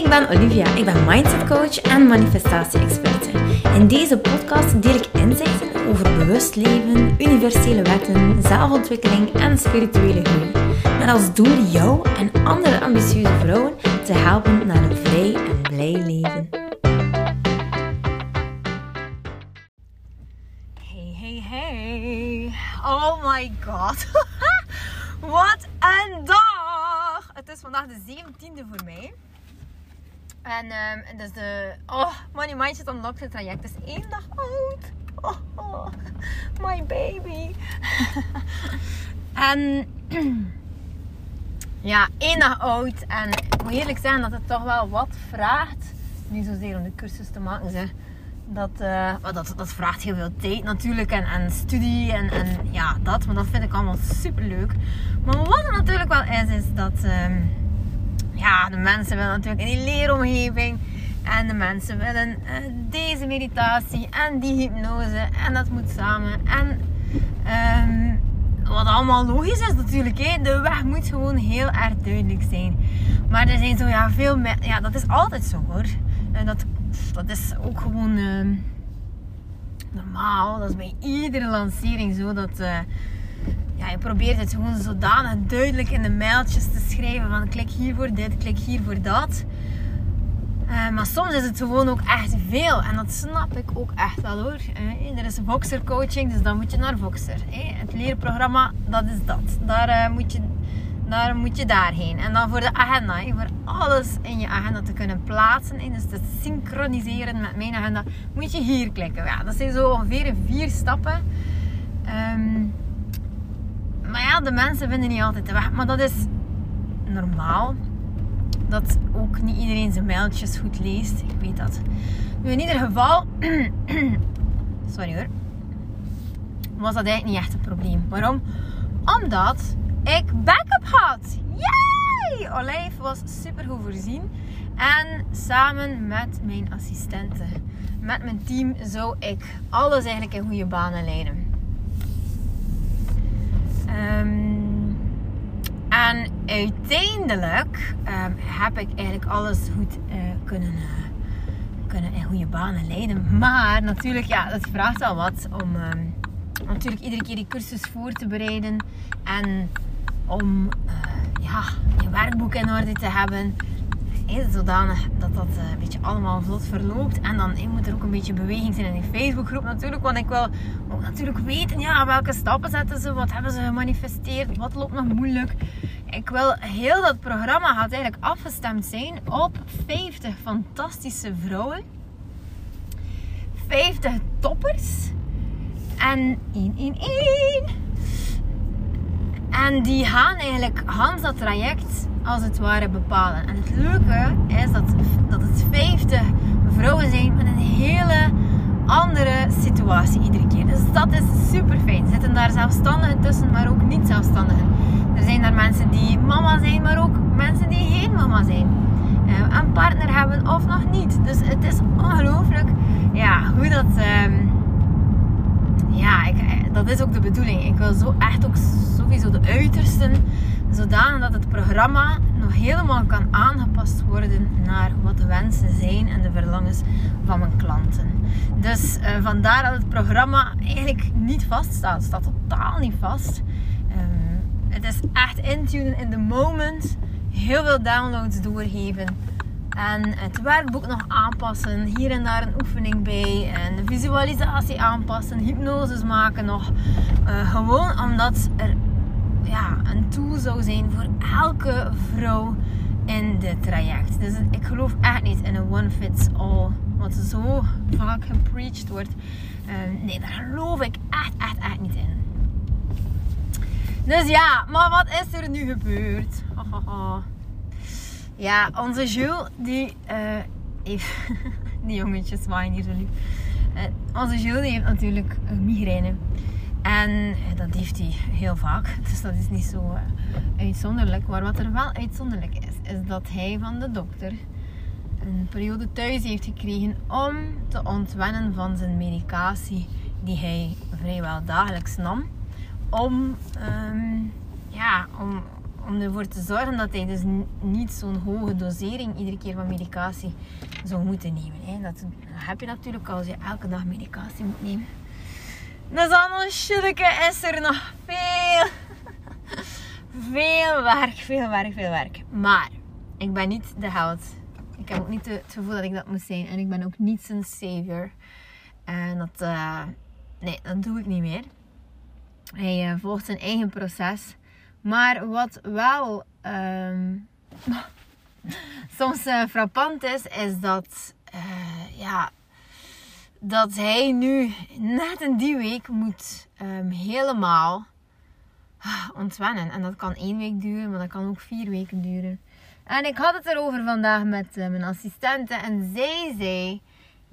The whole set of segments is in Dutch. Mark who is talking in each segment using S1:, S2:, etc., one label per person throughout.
S1: ben Olivia, ik ben mindset coach en manifestatie-experte. In deze podcast deel ik inzichten over bewust leven, universele wetten, zelfontwikkeling en spirituele groei. Met als doel jou en andere ambitieuze vrouwen te helpen naar een vrij en blij leven. Hey. Oh my god. Wat een dag. Het is vandaag de 17e voor mij. En dus de Money Mindset Unlocked traject is 1 dag oud. My baby. En ja, 1 dag oud. En ik moet eerlijk zeggen dat het toch wel wat vraagt. Niet zozeer om de cursus te maken, zeg. Dat vraagt heel veel tijd natuurlijk en studie en ja, dat. Maar dat vind ik allemaal super leuk. Maar wat het natuurlijk wel is dat de mensen willen natuurlijk in die leeromgeving. En de mensen willen deze meditatie en die hypnose. En dat moet samen. En wat allemaal logisch is natuurlijk. De weg moet gewoon heel erg duidelijk zijn. Maar er zijn zo veel meer. Ja, dat is altijd zo hoor. En dat is ook gewoon normaal. Dat is bij iedere lancering zo. Dat je probeert het gewoon zodanig duidelijk in de mailtjes te schrijven. Van klik hier voor dit, klik hier voor dat. Maar soms is het gewoon ook echt veel. En dat snap ik ook echt wel hoor. Er is Voxer coaching, dus dan moet je naar Voxer. Het leerprogramma, dat is dat. Daar moet je daarheen. En dan voor de agenda. Voor alles in je agenda te kunnen plaatsen. Dus te synchroniseren met mijn agenda. Moet je hier klikken. Ja, dat zijn zo ongeveer 4 stappen. Maar ja, de mensen vinden niet altijd de weg. Maar dat is normaal. Dat ook niet iedereen zijn mailtjes goed leest. Ik weet dat. Nu in ieder geval. Sorry hoor. Was dat eigenlijk niet echt een probleem. Waarom? Omdat ik backup had. Yay! Olijf was super goed voorzien. En samen met mijn assistenten, met mijn team, zou ik alles eigenlijk in goede banen leiden. En uiteindelijk heb ik eigenlijk alles goed kunnen in goede banen leiden. Maar natuurlijk, het vraagt wel wat om natuurlijk iedere keer die cursus voor te bereiden. En om je werkboek in orde te hebben. Zodanig dat een beetje allemaal vlot verloopt. En dan moet er ook een beetje beweging zijn in die Facebookgroep natuurlijk. Want ik wil ook natuurlijk weten, welke stappen zetten ze? Wat hebben ze gemanifesteerd? Wat loopt nog moeilijk? Ik wil heel dat programma gaat eigenlijk afgestemd zijn op 50 fantastische vrouwen. 50 toppers. En 1. En die gaan eigenlijk Hans dat traject als het ware bepalen. En het leuke is dat het 50 vrouwen zijn met een hele andere situatie iedere keer. Dus dat is super fijn. Er zitten daar zelfstandigen tussen, maar ook niet zelfstandigen. Er zijn daar mensen die mama zijn, maar ook mensen die geen mama zijn. Een partner hebben of nog niet. Dus het is ongelooflijk hoe dat... dat is ook de bedoeling. Ik wil zo echt ook sowieso de uitersten, zodanig dat het programma nog helemaal kan aangepast worden naar wat de wensen zijn en de verlangens van mijn klanten. Dus vandaar dat het programma eigenlijk niet vaststaat. Het staat totaal niet vast. Het is echt intunen in the moment. Heel veel downloads doorgeven. En het werkboek nog aanpassen. Hier en daar een oefening bij. En de visualisatie aanpassen. Hypnoses maken nog. Gewoon omdat er een tool zou zijn voor elke vrouw in dit traject. Dus ik geloof echt niet in een one fits all. Wat zo vaak gepreached wordt. Nee, daar geloof ik echt niet in. Dus maar wat is er nu gebeurd? Ja, onze Jules, die heeft... Die jongetjes waren hier zo lief. Onze Jules die heeft natuurlijk migraine. En dat heeft hij heel vaak. Dus dat is niet zo uitzonderlijk. Maar wat er wel uitzonderlijk is dat hij van de dokter een periode thuis heeft gekregen om te ontwennen van zijn medicatie die hij vrijwel dagelijks nam. Om om ervoor te zorgen dat hij dus niet zo'n hoge dosering iedere keer van medicatie zou moeten nemen. Hè. Dat heb je natuurlijk als je elke dag medicatie moet nemen. Dus natuurlijk is er nog veel werk. Maar ik ben niet de held. Ik heb ook niet het gevoel dat ik dat moet zijn. En ik ben ook niet zijn savior. En dat doe ik niet meer. Hij volgt zijn eigen proces. Maar wat wel soms frappant is dat, dat hij nu net in die week moet helemaal ontwennen. En dat kan 1 week duren, maar dat kan ook 4 weken duren. En ik had het erover vandaag met mijn assistente. En zij zei,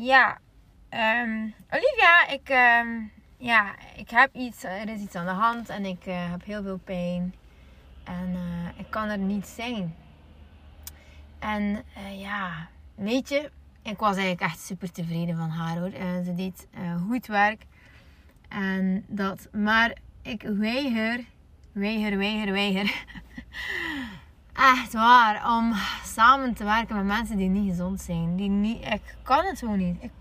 S1: Olivia, ik heb iets, er is iets aan de hand en ik heb heel veel pijn. En ik kan er niet zijn. En weet je, ik was eigenlijk echt super tevreden van haar hoor. Ze deed goed werk. En maar ik weiger. Echt waar, om samen te werken met mensen die niet gezond zijn. Ik kan het gewoon niet. Ik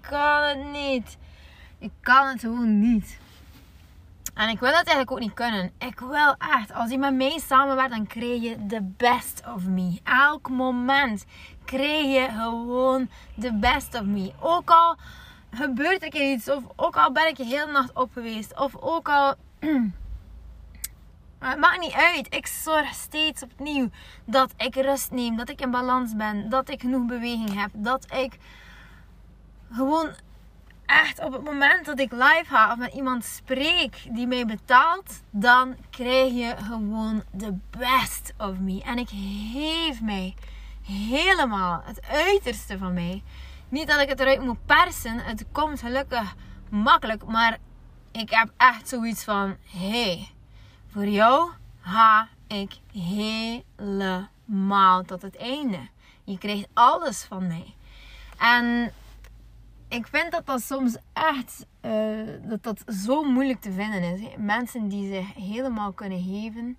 S1: kan het gewoon niet. En ik wil dat eigenlijk ook niet kunnen. Ik wil echt, als je met mij samenwerkt, dan krijg je the best of me. Elk moment krijg je gewoon the best of me. Ook al gebeurt er iets, of ook al ben ik de hele nacht op geweest, of ook al... Het maakt niet uit. Ik zorg steeds opnieuw dat ik rust neem, dat ik in balans ben, dat ik genoeg beweging heb, dat ik gewoon echt op het moment dat ik live ga of met iemand spreek die mij betaalt, dan krijg je gewoon the best of me. En ik geef mij helemaal het uiterste van mij. Niet dat ik het eruit moet persen. Het komt gelukkig makkelijk, maar ik heb echt zoiets van, hey, voor jou ga ik helemaal tot het einde. Je krijgt alles van mij. En ik vind dat soms echt dat zo moeilijk te vinden is. Hè? Mensen die zich helemaal kunnen geven.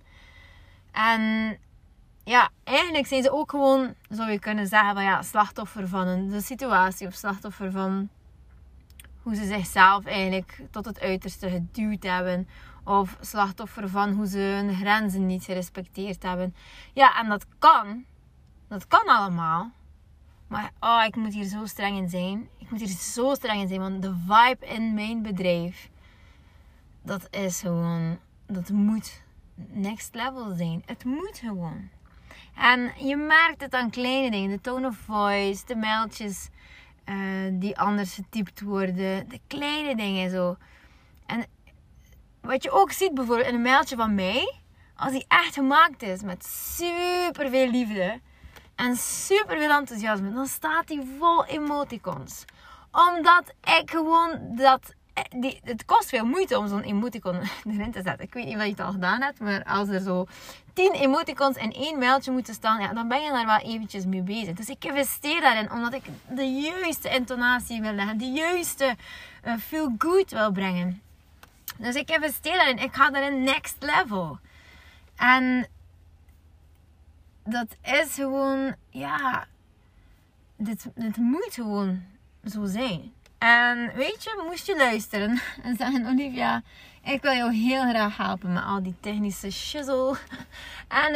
S1: En ja, eigenlijk zijn ze ook gewoon, zou je kunnen zeggen, van slachtoffer van de situatie. Of slachtoffer van hoe ze zichzelf eigenlijk tot het uiterste geduwd hebben. Of slachtoffer van hoe ze hun grenzen niet gerespecteerd hebben. Ja, en dat kan. Dat kan allemaal. Maar ik moet hier zo streng in zijn. Ik moet hier zo streng in zijn. Want de vibe in mijn bedrijf, dat is gewoon, dat moet next level zijn. Het moet gewoon. En je merkt het aan kleine dingen. De tone of voice, de mailtjes die anders getypt worden. De kleine dingen zo. En wat je ook ziet bijvoorbeeld in een mailtje van mij. Als die echt gemaakt is met super veel liefde. En super veel enthousiasme. Dan staat die vol emoticons. Omdat ik gewoon het kost veel moeite om zo'n emoticon erin te zetten. Ik weet niet of je het al gedaan hebt. Maar als er zo 10 emoticons in 1 mailtje moeten staan. Ja, dan ben je daar wel eventjes mee bezig. Dus ik investeer daarin. Omdat ik de juiste intonatie wil leggen. De juiste feel good wil brengen. Dus ik investeer daarin. Ik ga daarin next level. En dat is gewoon, dit moet gewoon zo zijn. En weet je, moest je luisteren en zeggen, Olivia, ik wil jou heel graag helpen met al die technische shizzle. En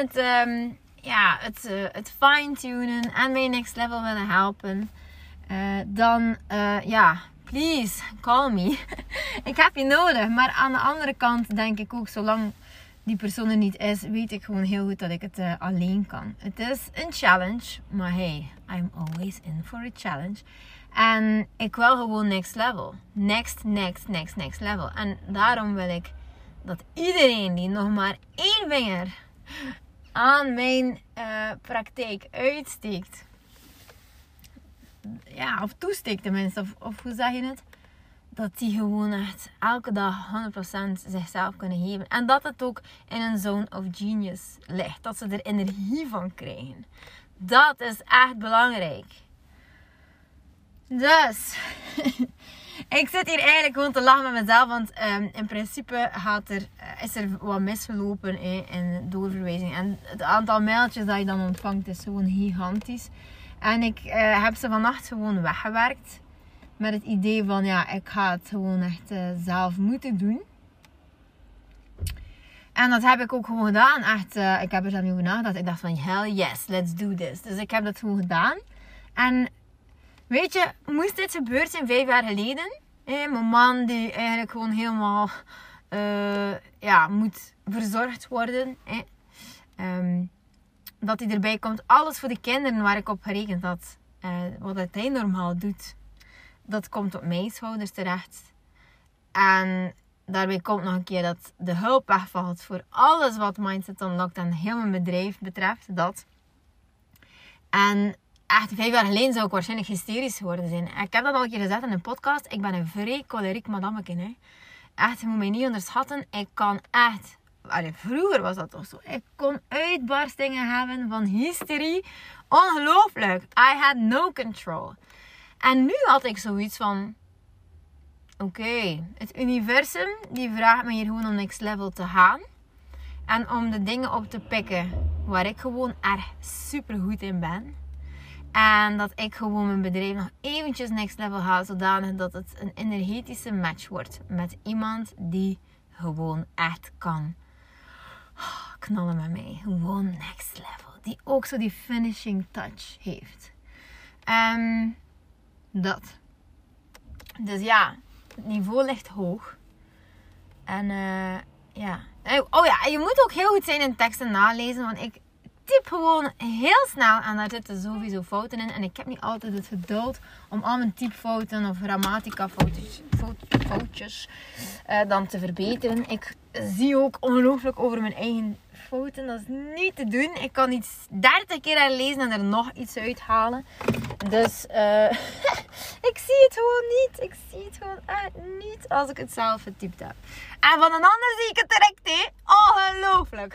S1: het fine-tunen en mij next level willen helpen. Dan, please, call me. Ik heb je nodig. Maar aan de andere kant denk ik ook, zolang die persoon er niet is, weet ik gewoon heel goed dat ik het alleen kan. Het is een challenge, maar hey, I'm always in for a challenge. En ik wil gewoon next level. Next level. En daarom wil ik dat iedereen die nog maar 1 vinger aan mijn praktijk uitsteekt, of toesteekt tenminste, of hoe zeg je het? Dat die gewoon echt elke dag 100% zichzelf kunnen geven. En dat het ook in een zone of genius ligt. Dat ze er energie van krijgen. Dat is echt belangrijk. Dus, Ik zit hier eigenlijk gewoon te lachen met mezelf. Want in principe is er wat misgelopen in doorverwijzing. En het aantal mailtjes dat je dan ontvangt is gewoon gigantisch. En ik heb ze vannacht gewoon weggewerkt. Met het idee van ik ga het gewoon echt zelf moeten doen. En dat heb ik ook gewoon gedaan. Echt, ik heb er zelf niet over nagedacht. Ik dacht van hell yes, let's do this. Dus ik heb dat gewoon gedaan. En weet je, moest dit gebeurd zijn 5 jaar geleden. Mijn man die eigenlijk gewoon helemaal moet verzorgd worden. Dat hij erbij komt. Alles voor de kinderen waar ik op gerekend had. Wat hij normaal doet. Dat komt op mijn schouders terecht. En daarbij komt nog een keer dat de hulp wegvalt voor alles wat Mindset Unlocked en heel mijn bedrijf betreft. Dat. En echt 5 jaar geleden zou ik waarschijnlijk hysterisch geworden zijn. Ik heb dat al een keer gezegd in een podcast. Ik ben een vrij choleriek madameke. Hè. Echt, je moet mij niet onderschatten. Ik kan echt... vroeger was dat toch zo. Ik kon uitbarstingen hebben van hysterie. Ongelooflijk. I had no control. En nu had ik zoiets van... Oké, het universum die vraagt me hier gewoon om next level te gaan. En om de dingen op te pikken waar ik gewoon echt super goed in ben. En dat ik gewoon mijn bedrijf nog eventjes next level haal. Zodanig dat het een energetische match wordt. Met iemand die gewoon echt kan knallen met mij. Gewoon next level. Die ook zo die finishing touch heeft. Dat. Dus ja, het niveau ligt hoog. En Oh ja, je moet ook heel goed zijn in teksten nalezen. Want ik typ gewoon heel snel en daar zitten sowieso fouten in. En ik heb niet altijd het geduld om al mijn typfouten of grammatica foutjes dan te verbeteren. Ik zie ook ongelooflijk over mijn eigen fouten. Dat is niet te doen. Ik kan iets 30 keer herlezen en er nog iets uithalen. Dus ik zie het gewoon niet. Ik zie het gewoon echt niet als ik het zelf getypt heb. En van een ander zie ik het direct, hè. Ongelooflijk.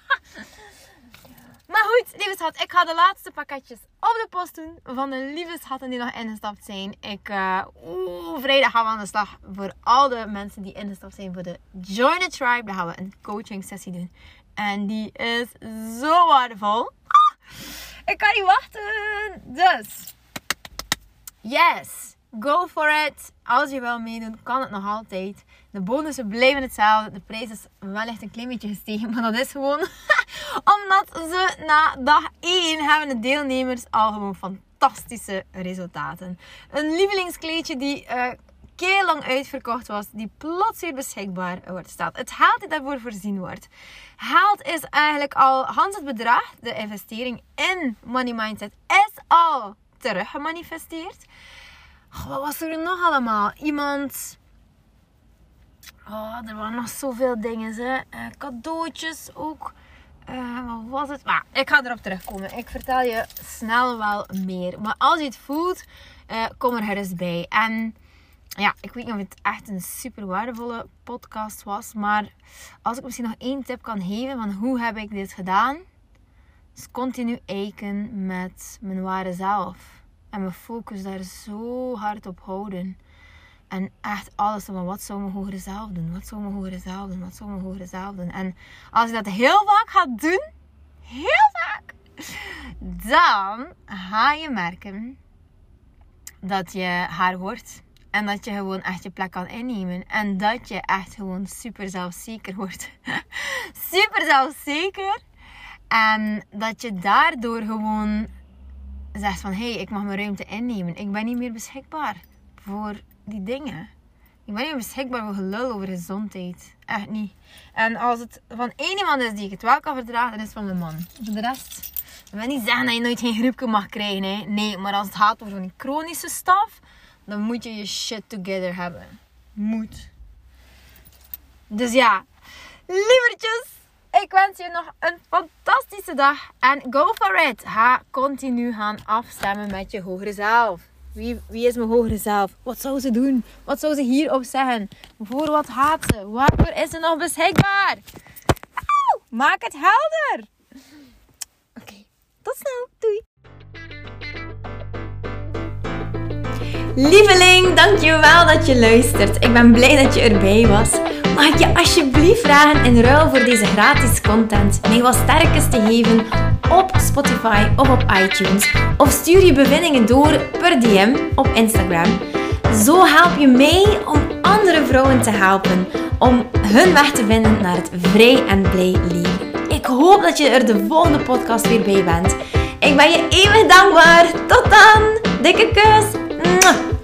S1: Maar goed, lieve schat, ik ga de laatste pakketjes op de post doen van de lieve schatten die nog ingestapt zijn. Vrijdag gaan we aan de slag voor al de mensen die ingestapt zijn voor de Join a Tribe. Daar gaan we een coaching sessie doen. En die is zo waardevol. Ik kan niet wachten. Dus, yes, go for it. Als je wil meedoen, kan het nog altijd. De bonussen blijven hetzelfde. De prijs is wellicht een klein beetje gestegen. Maar dat is gewoon omdat ze na dag 1 hebben de deelnemers al gewoon fantastische resultaten. Een lievelingskleedje die heel lang uitverkocht was. Die plots weer beschikbaar wordt staat. Het geld dat daarvoor voorzien wordt. Geld is eigenlijk al, Hans het bedrag, de investering in Money Mindset, is al teruggemanifesteerd. Wat was er nog allemaal? Iemand... er waren nog zoveel dingen. Cadeautjes ook. Wat was het? Maar ik ga erop terugkomen. Ik vertel je snel wel meer. Maar als je het voelt, kom er gerust bij. En ja, ik weet niet of het echt een super waardevolle podcast was. Maar als ik misschien nog 1 tip kan geven van hoe heb ik dit gedaan. Dus continu eiken met mijn ware zelf. En mijn focus daar zo hard op houden. En echt alles van wat zou mijn hogere zelf doen? Wat zou mijn hogere zelf doen? Wat zou mijn hogere zelf doen? En als je dat heel vaak gaat doen, heel vaak, dan ga je merken dat je haar wordt. En dat je gewoon echt je plek kan innemen. En dat je echt gewoon super zelfzeker wordt. Super zelfzeker. En dat je daardoor gewoon zegt van... Hey, ik mag mijn ruimte innemen. Ik ben niet meer beschikbaar voor die dingen. Ik ben niet meer beschikbaar voor gelul over gezondheid. Echt niet. En als het van één iemand is die ik het wel kan verdragen, dan is het van mijn man. Voor de rest... Ik wil niet zeggen dat je nooit geen griepje mag krijgen. Hè. Nee, maar als het gaat over zo'n chronische staf... Dan moet je je shit together hebben. Moet. Dus ja. Lievertjes. Ik wens je nog een fantastische dag. En go for it. Ga continu gaan afstemmen met je hogere zelf. Wie is mijn hogere zelf? Wat zou ze doen? Wat zou ze hierop zeggen? Voor wat gaat ze? Waarvoor is ze nog beschikbaar? Maak het helder. Oké. Tot snel. Doei. Lieveling, dankjewel dat je luistert. Ik ben blij dat je erbij was. Mag ik je alsjeblieft vragen in ruil voor deze gratis content mij wat sterkes te geven op Spotify of op iTunes. Of stuur je bevindingen door per DM op Instagram. Zo help je mij om andere vrouwen te helpen om hun weg te vinden naar het vrij en blij leven. Ik hoop dat je er de volgende podcast weer bij bent. Ik ben je eeuwig dankbaar. Tot dan. Dikke kus. Mwah.